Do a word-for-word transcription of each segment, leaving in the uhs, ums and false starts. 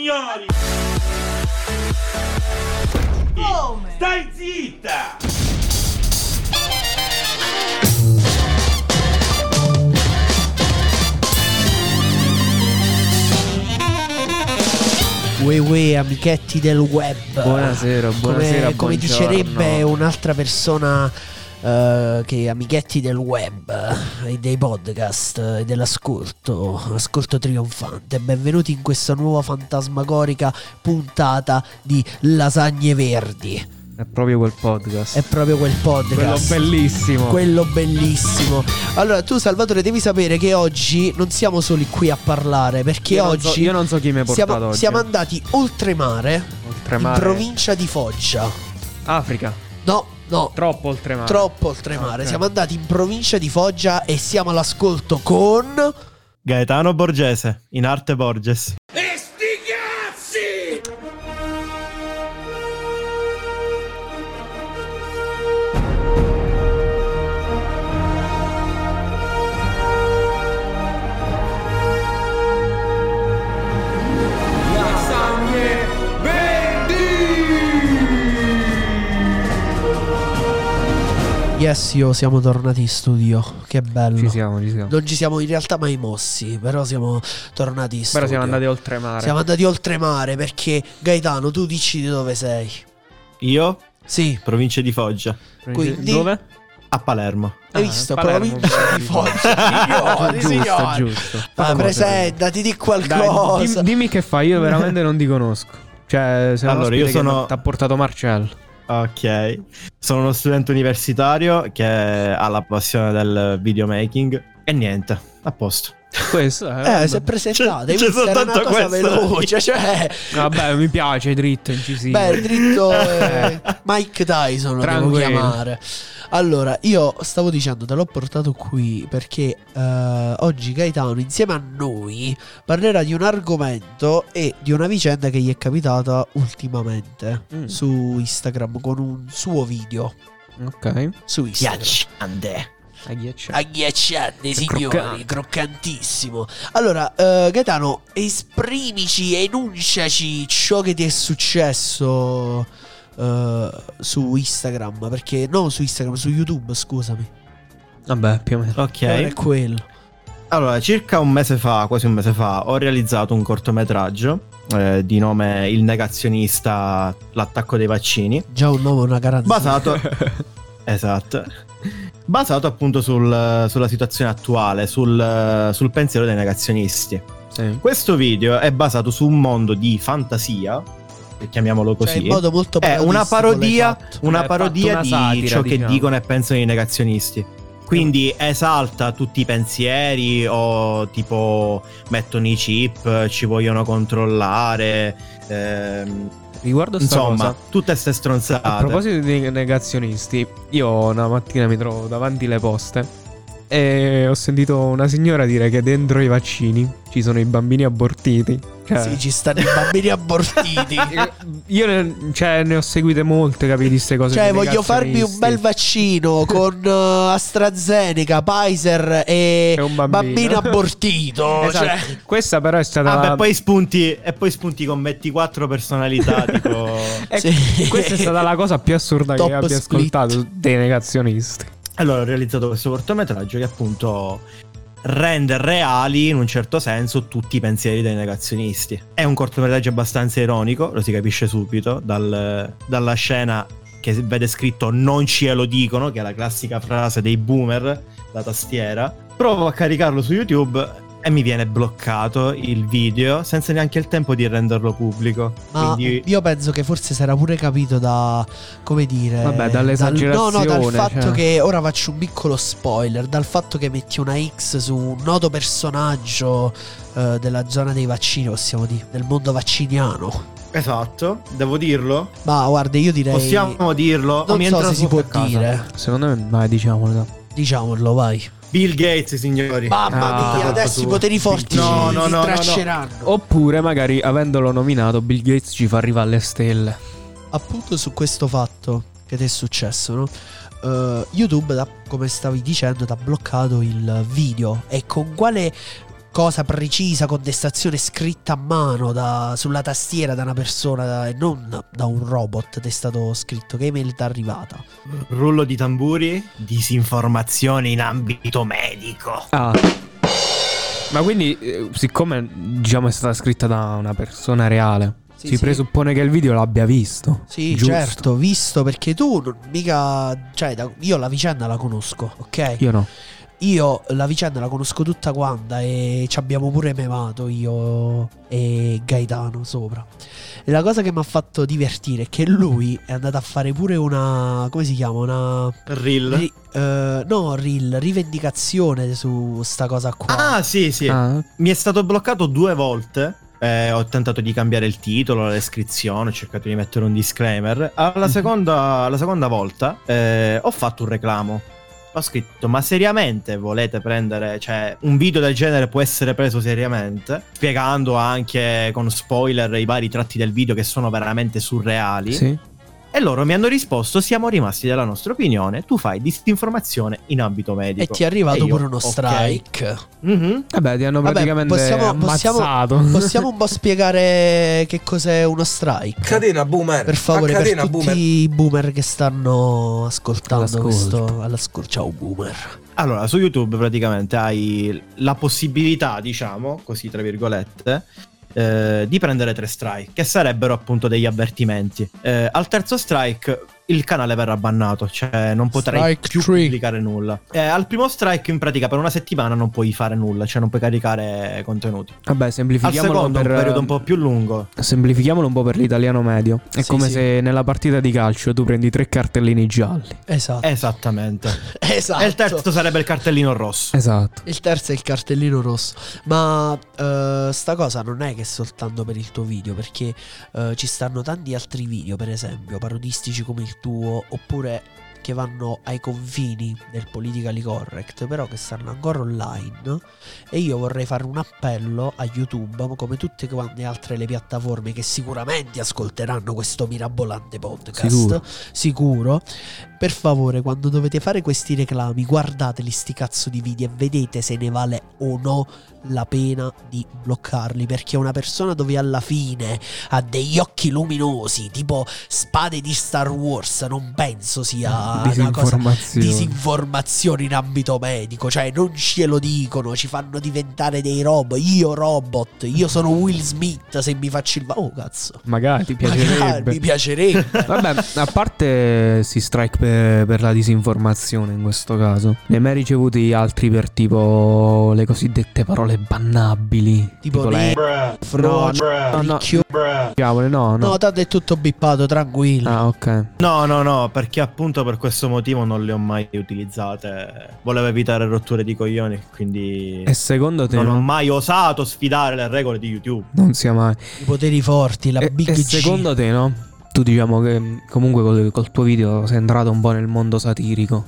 signori! Come? Stai zitta! Uè uè, amichetti del web. Buonasera, buonasera, Come, come dicerebbe un'altra persona, uh, che amichetti del web e dei podcast e dell'ascolto, ascolto trionfante. Benvenuti in questa nuova fantasmagorica puntata di Lasagne Verdi. È proprio quel podcast. È proprio quel podcast. Quello bellissimo. Quello bellissimo. Allora, tu Salvatore devi sapere che oggi non siamo soli qui a parlare, perché io oggi non so, io non so chi mi ha portato siamo, oggi. siamo andati oltremare, Oltremare. in provincia di Foggia. Africa. No, no. Troppo oltremare. Troppo oltremare. Okay. Siamo andati in provincia di Foggia e siamo all'ascolto con Gaetano Borgese, in arte Borges. E sti cazzi! Yes, io siamo tornati in studio. Che bello. Ci siamo, ci siamo. Non ci siamo in realtà mai mossi, però siamo tornati in studio. Però siamo andati oltremare. Siamo andati oltremare perché Gaetano, tu dici di dove sei? Io? Sì. Provincia di Foggia. Quindi- Dove? A Palermo. Hai Ah, visto? Palermo. Provincia di Foggia. Signori, Giusto, signori. giusto. Ma Famoso. presentati, di Dai, qualcosa. dim- dimmi che fai, io veramente non ti conosco. Cioè, sei Allora, io sono- Ti ha portato Marcello. Ok. Sono uno studente universitario che ha la passione del videomaking. E niente, a posto. Questo Eh, è si è presentato. Hai c'è visto? Era una soltanto cosa questo. veloce. Cioè, Vabbè, mi piace, dritto, incisivo. beh, dritto eh, Mike Tyson lo devo Tranquillo. chiamare. Allora, io stavo dicendo, te l'ho portato qui perché eh, oggi Gaetano insieme a noi parlerà di un argomento e di una vicenda che gli è capitata ultimamente Mm. su Instagram con un suo video Ok. su Instagram. Ghiacciante. Agghiacciato. Agghiacciante, È signori, croccante. croccantissimo. Allora, eh, Gaetano, esprimici, enunciaci ciò che ti è successo eh, su Instagram. Perché non su Instagram, su YouTube, scusami. Vabbè, più o meno. Ok. Non è quello. Allora, circa un mese fa, quasi un mese fa, ho realizzato un cortometraggio eh, di nome Il negazionista, l'attacco dei vaccini. Già un nome, una garanzia. Basato Esatto. Basato appunto sul- sulla situazione attuale, sul, sul pensiero dei negazionisti. Sì. Questo video è basato su un mondo di fantasia, chiamiamolo Cioè, così. in modo molto È una parodistico parodia, l'hai fatto. una È parodia fatto di una satira, ciò che diciamo. dicono e pensano i negazionisti. Quindi esalta tutti i pensieri, o tipo mettono i chip, ci vogliono controllare, ehm, Riguardo sta insomma, cosa, tutte ste a stronzate. proposito dei negazionisti, io una mattina mi trovo davanti le poste e ho sentito una signora dire che dentro i vaccini ci sono i bambini abortiti. Cioè, Sì, ci stanno i bambini abortiti. io ne, cioè, ne ho seguite molte, capite, queste cose. Cioè, di voglio farmi un bel negazionisti. vaccino con uh, AstraZeneca, Pfizer e, E un bambino. bambino abortito. Esatto. Cioè, Questa però è stata Vabbè, la- poi spunti e poi spunti con ventiquattro personalità tipo. eh, Sì. questa è stata la cosa più assurda Top che abbia split. ascoltato dei negazionisti. Allora, ho realizzato questo cortometraggio che appunto rende reali in un certo senso tutti i pensieri dei negazionisti. È un cortometraggio abbastanza ironico, lo si capisce subito dal- dalla scena che vede scritto "non ce lo dicono", che è la classica frase dei boomer da tastiera. Provo a caricarlo su YouTube e mi viene bloccato il video senza neanche il tempo di renderlo pubblico. ma Quindi io penso che forse si era pure capito da, come dire, Vabbè, dal- dall'esagerazione, no, no, dal fatto cioè. che, ora faccio un piccolo spoiler, dal fatto che metti una X su un noto personaggio eh, della zona dei vaccini, possiamo dire, del mondo vacciniano. esatto, devo dirlo? Ma guarda, io direi, Possiamo dirlo? O non mi so entra se si sotto può a casa? dire. Secondo me, vai, diciamolo. dai. Diciamolo, vai. Bill Gates, signori. Mamma Ah, mia, adesso colpa i sua. poteri forti No, ci no, no, no, no. tracceranno. Oppure, magari, avendolo nominato, Bill Gates ci fa arrivare alle stelle. Appunto su questo fatto che ti è successo, no? Eh, YouTube, da- come stavi dicendo, ti ha bloccato il video. E con quale cosa precisa, contestazione scritta a mano da, sulla tastiera da una persona e non da un robot, ti è stato scritto? Che email ti è arrivata? Rullo di tamburi, disinformazione in ambito medico. Ah. Ma quindi, eh, siccome diciamo è stata scritta da una persona reale, Sì, si sì. presuppone che il video l'abbia visto. Sì, giusto? certo, visto, perché tu non- mica, cioè, da- io la vicenda la conosco, ok? Io no. Io la vicenda la conosco tutta quanta e ci abbiamo pure memato io e Gaetano sopra. E la cosa che mi ha fatto divertire è che lui è andato a fare pure una, come si chiama? Una Reel. ri- eh, no, reel, rivendicazione su sta cosa qua. Ah, sì, sì. Ah, Mi è stato bloccato due volte. Eh, ho tentato di cambiare il titolo, la descrizione, ho cercato di mettere un disclaimer. Alla seconda, alla seconda volta eh, ho fatto un reclamo. Ho scritto: ma seriamente volete prendere, cioè un video del genere può essere preso seriamente? Spiegando anche con spoiler i vari tratti del video che sono veramente surreali. sì. E loro mi hanno risposto: siamo rimasti della nostra opinione, tu fai disinformazione in ambito medico. E ti è arrivato E io, pure uno ok. strike. Mhm. Vabbè, ti hanno Vabbè, praticamente possiamo- possiamo- ammazzato. Possiamo un po' spiegare che cos'è uno strike? Catena boomer. Per favore, A per catena, tutti boomer. i boomer che stanno ascoltando All'ascolto. questo all'ascolto. Ciao boomer. Allora, su YouTube praticamente hai la possibilità, diciamo, così tra virgolette, eh, di prendere tre strike, che sarebbero appunto degli avvertimenti. Eh, al terzo strike il canale verrà bannato, cioè non potrai Strike più three. pubblicare nulla. Eh, al primo strike in pratica per una settimana non puoi fare nulla, cioè non puoi caricare contenuti. Vabbè, Al semplifichiamolo secondo, per un periodo un po' più lungo. semplifichiamolo un po' per l'italiano medio. È Sì, come sì. se nella partita di calcio tu prendi tre cartellini gialli. Esatto. Esattamente. esatto. E il terzo sarebbe il cartellino rosso. Esatto. Il terzo è il cartellino rosso. Ma eh, sta cosa non è che è soltanto per il tuo video, perché eh, ci stanno tanti altri video, per esempio, parodistici come il tuo, oppure che vanno ai confini del politically correct, però che stanno ancora online. E io vorrei fare un appello a YouTube, come tutte quante altre le piattaforme che sicuramente ascolteranno questo mirabolante podcast. Sicuro. Sicuro. Per favore, quando dovete fare questi reclami, guardateli sti cazzo di video e vedete se ne vale o no la pena di bloccarli, perché una persona dove alla fine ha degli occhi luminosi tipo spade di Star Wars non penso sia una cosa Disinformazione. disinformazione in ambito medico, cioè non ce lo dicono, ci fanno diventare dei robot. Io robot, io sono Will Smith se mi faccio il va- oh cazzo, Magari ti magari piacerebbe. mi piacerebbe. Vabbè, a parte si strike per, per la disinformazione in questo caso, ne hai mai ricevuti altri per tipo le cosiddette parole bannabili? Tipo le... ne- Bruh. Frocio, no, no. ricchio- Bruh. Diavole, no, no. no, tanto è tutto bippato, tranquillo. Ah, ok. No, no, no, perché appunto per questo motivo non le ho mai utilizzate. Volevo evitare rotture di coglioni, quindi E secondo te non ho no? mai osato sfidare le regole di YouTube. Non sia mai. I poteri forti, la E, Big e G. secondo te no? Tu diciamo che comunque col, col tuo video sei entrato un po' nel mondo satirico.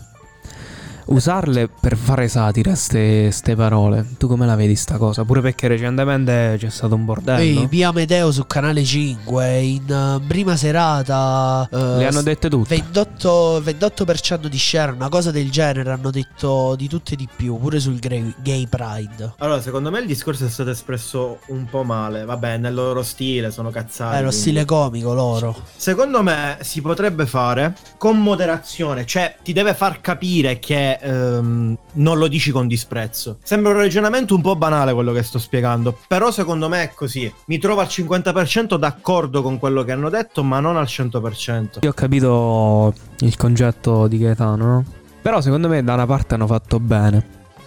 Usarle per fare satira ste, ste parole, tu come la vedi sta cosa? Pure perché recentemente c'è stato un bordello. Ehi, Via Amedeo su Canale cinque in eh, prima serata eh, Le hanno dette tutte. ventotto, ventotto per cento di share, una cosa del genere. Hanno detto di tutte e di più, pure sul gay, gay pride. Allora, secondo me il discorso è stato espresso un po' male. Vabbè, nel loro stile, sono cazzati. È lo quindi- stile comico loro. Secondo me si potrebbe fare con moderazione, cioè ti deve far capire che ehm, non lo dici con disprezzo. Sembra un ragionamento un po' banale quello che sto spiegando, però secondo me è così. Mi trovo al cinquanta per cento d'accordo con quello che hanno detto, ma non al cento per cento. Io ho capito il concetto di Gaetano, no? Però secondo me da una parte hanno fatto bene,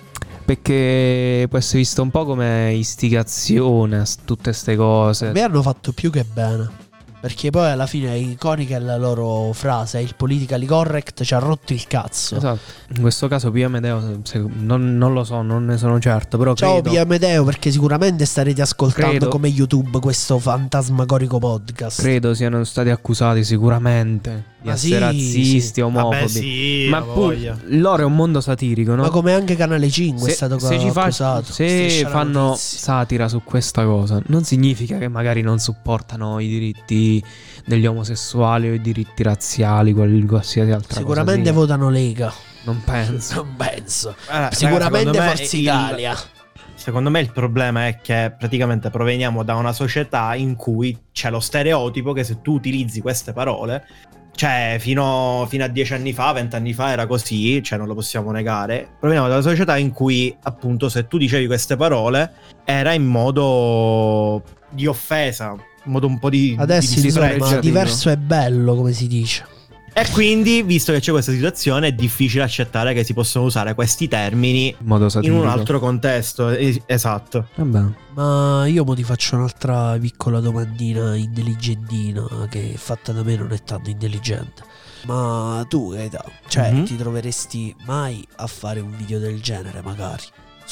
perché può essere visto un po' come istigazione a s- tutte ste cose. A me hanno fatto più che bene, perché poi alla fine è iconica la loro frase: il politically correct ci ha rotto il cazzo. Esatto. In questo caso Pia Amedeo se- non, non lo so, non ne sono certo, però Ciao credo, Pia Amedeo, perché sicuramente starete ascoltando Credo. come YouTube questo fantasmagorico podcast. credo siano stati accusati sicuramente di Ma essere sì, razzisti, sì. omofobi. Vabbè, sì, Ma la pur, voglia. loro è un mondo satirico, no? Ma come anche Canale cinque è stato se ci fa- accusato. se Striscia la fanno notizia. satira su questa cosa, non significa che magari non supportano i diritti degli omosessuali o i diritti razziali, qual- qualsiasi altra Sicuramente cosa. votano Lega. Non penso. Non penso. Eh, Sicuramente raga, secondo me Forza il- Italia. secondo me il problema è che praticamente proveniamo da una società in cui c'è lo stereotipo che se tu utilizzi queste parole, cioè fino, fino a dieci anni fa, venti anni fa era così, cioè non lo possiamo negare, proveniamo da una società in cui appunto se tu dicevi queste parole era in modo di offesa, in modo un po' di... Adesso di insomma, disprezzo. diverso è bello, come si dice. E quindi, visto che c'è questa situazione, è difficile accettare che si possono usare questi termini In modo in satirico. un altro contesto. Es- esatto. Vabbè. Ma io mo ti faccio un'altra piccola domandina intelligentina, che fatta da me non è tanto intelligente. Ma tu, Gaeta, cioè Mhm. ti troveresti mai a fare un video del genere, magari?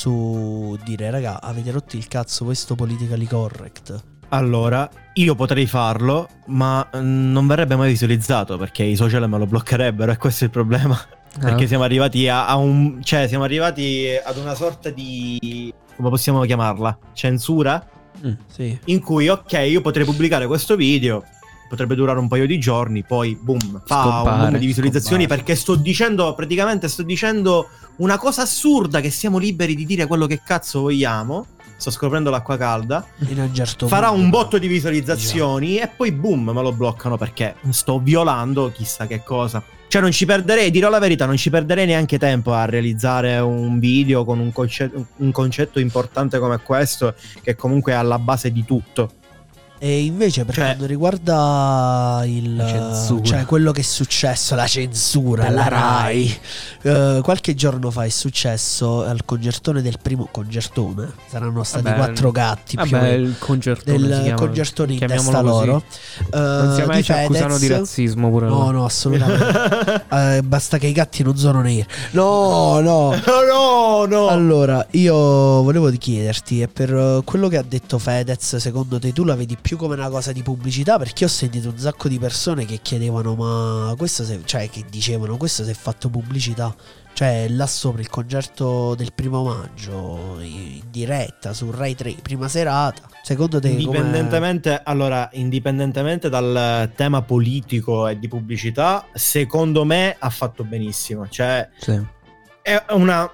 Su dire, raga, avete rotto il cazzo questo politically correct? Allora, io potrei farlo, ma mm, non verrebbe mai visualizzato perché i social me lo bloccherebbero, e questo è il problema. Perché Ah. siamo arrivati a, a un. Cioè, siamo arrivati ad una sorta di. Come possiamo chiamarla? Censura? Mm. Sì. In cui, ok, io potrei pubblicare questo video, potrebbe durare un paio di giorni, poi boom, fa Scompare, un boom di visualizzazioni scompare. perché sto dicendo, praticamente sto dicendo una cosa assurda, che siamo liberi di dire quello che cazzo vogliamo. Sto scoprendo l'acqua calda. In un certo Farà punto, un però. botto di visualizzazioni e poi boom, me lo bloccano perché sto violando chissà che cosa. Cioè non ci perderei, dirò la verità, non ci perderei neanche tempo a realizzare un video con un concetto, un concetto importante come questo, che comunque è alla base di tutto. E invece per Cioè- quanto riguarda il La censura. cioè quello che è successo, la censura, Della la Rai, eh, qualche giorno fa è successo al concertone del primo concertone. Saranno stati Vabbè, quattro gatti più o Vabbè, meno, il concertone si del chiama. concertone in Chiamiamolo testa così. loro. Eh, Non sia mai di ci accusano Fedez. di razzismo pure No, loro. no, assolutamente. Eh, basta che i gatti non sono neri. No, no. No, no! Allora, io volevo chiederti, e per eh, quello che ha detto Fedez, secondo te tu la vedi più come una cosa di pubblicità? Perché ho sentito un sacco di persone che chiedevano, ma questo se, cioè che dicevano, questo si è fatto pubblicità? Cioè là sopra il concerto del primo maggio in diretta su Rai tre, prima serata. Secondo te com'è? Indipendentemente, allora, indipendentemente dal tema politico e di pubblicità, secondo me ha fatto benissimo. Cioè, Sì. è una,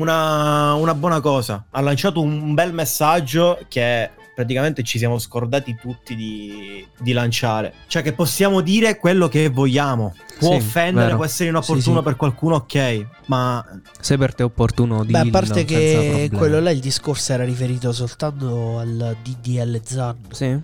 una, una buona cosa. Ha lanciato un bel messaggio che praticamente ci siamo scordati tutti di, di lanciare. Cioè che possiamo dire quello che vogliamo. Può Sì, offendere, vero. può essere inopportuno Sì, sì. per qualcuno, ok. Ma Se per te è opportuno, Beh, a dillo parte senza che problemi. quello là il discorso era riferito soltanto al D D L Zan. Sì.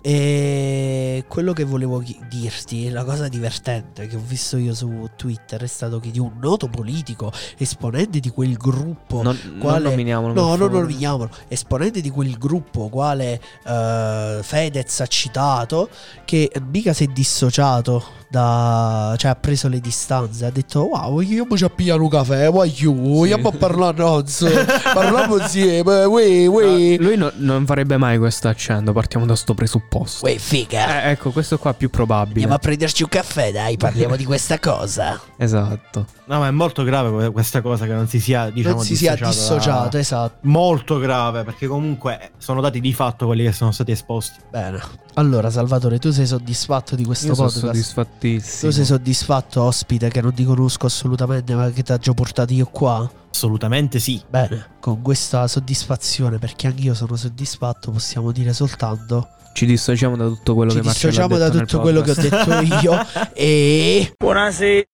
E quello che volevo chi- dirti, la cosa divertente che ho visto io su Twitter è stato che di un noto politico, esponente di quel gruppo, Non, quale- non nominiamolo. no, per non lo favore. nominiamolo, esponente di quel gruppo quale eh, Fedez ha citato, che mica si è dissociato da, cioè ha preso le distanze, ha detto wow, vogliamo ci pigliare un caffè, voglio, vogliamo parlare, no, parliamo insieme, uè, uè. Lui no- non farebbe mai questo accento, partiamo da sto presupposto. Uè, figa. Eh, ecco, questo qua è più probabile. Andiamo a prenderci un caffè, dai, parliamo di questa cosa. Esatto. no, ma è molto grave questa cosa, che non si sia, diciamo, Non si sia dissociato da- dissociato, esatto. Molto grave, perché comunque sono dati di fatto quelli che sono stati esposti. Bene. Allora, Salvatore, tu sei soddisfatto di questo Io sono podcast? soddisfattissimo. Tu sei soddisfatto, ospite, che non ti conosco assolutamente, ma che ti ha già portato io qua? Assolutamente sì. Bene, con questa soddisfazione, perché anch'io sono soddisfatto, possiamo dire soltanto Ci dissociamo da tutto quello ci che Marcello ha dissociamo da detto nel tutto quello che ho podcast. detto io e... Buonasera.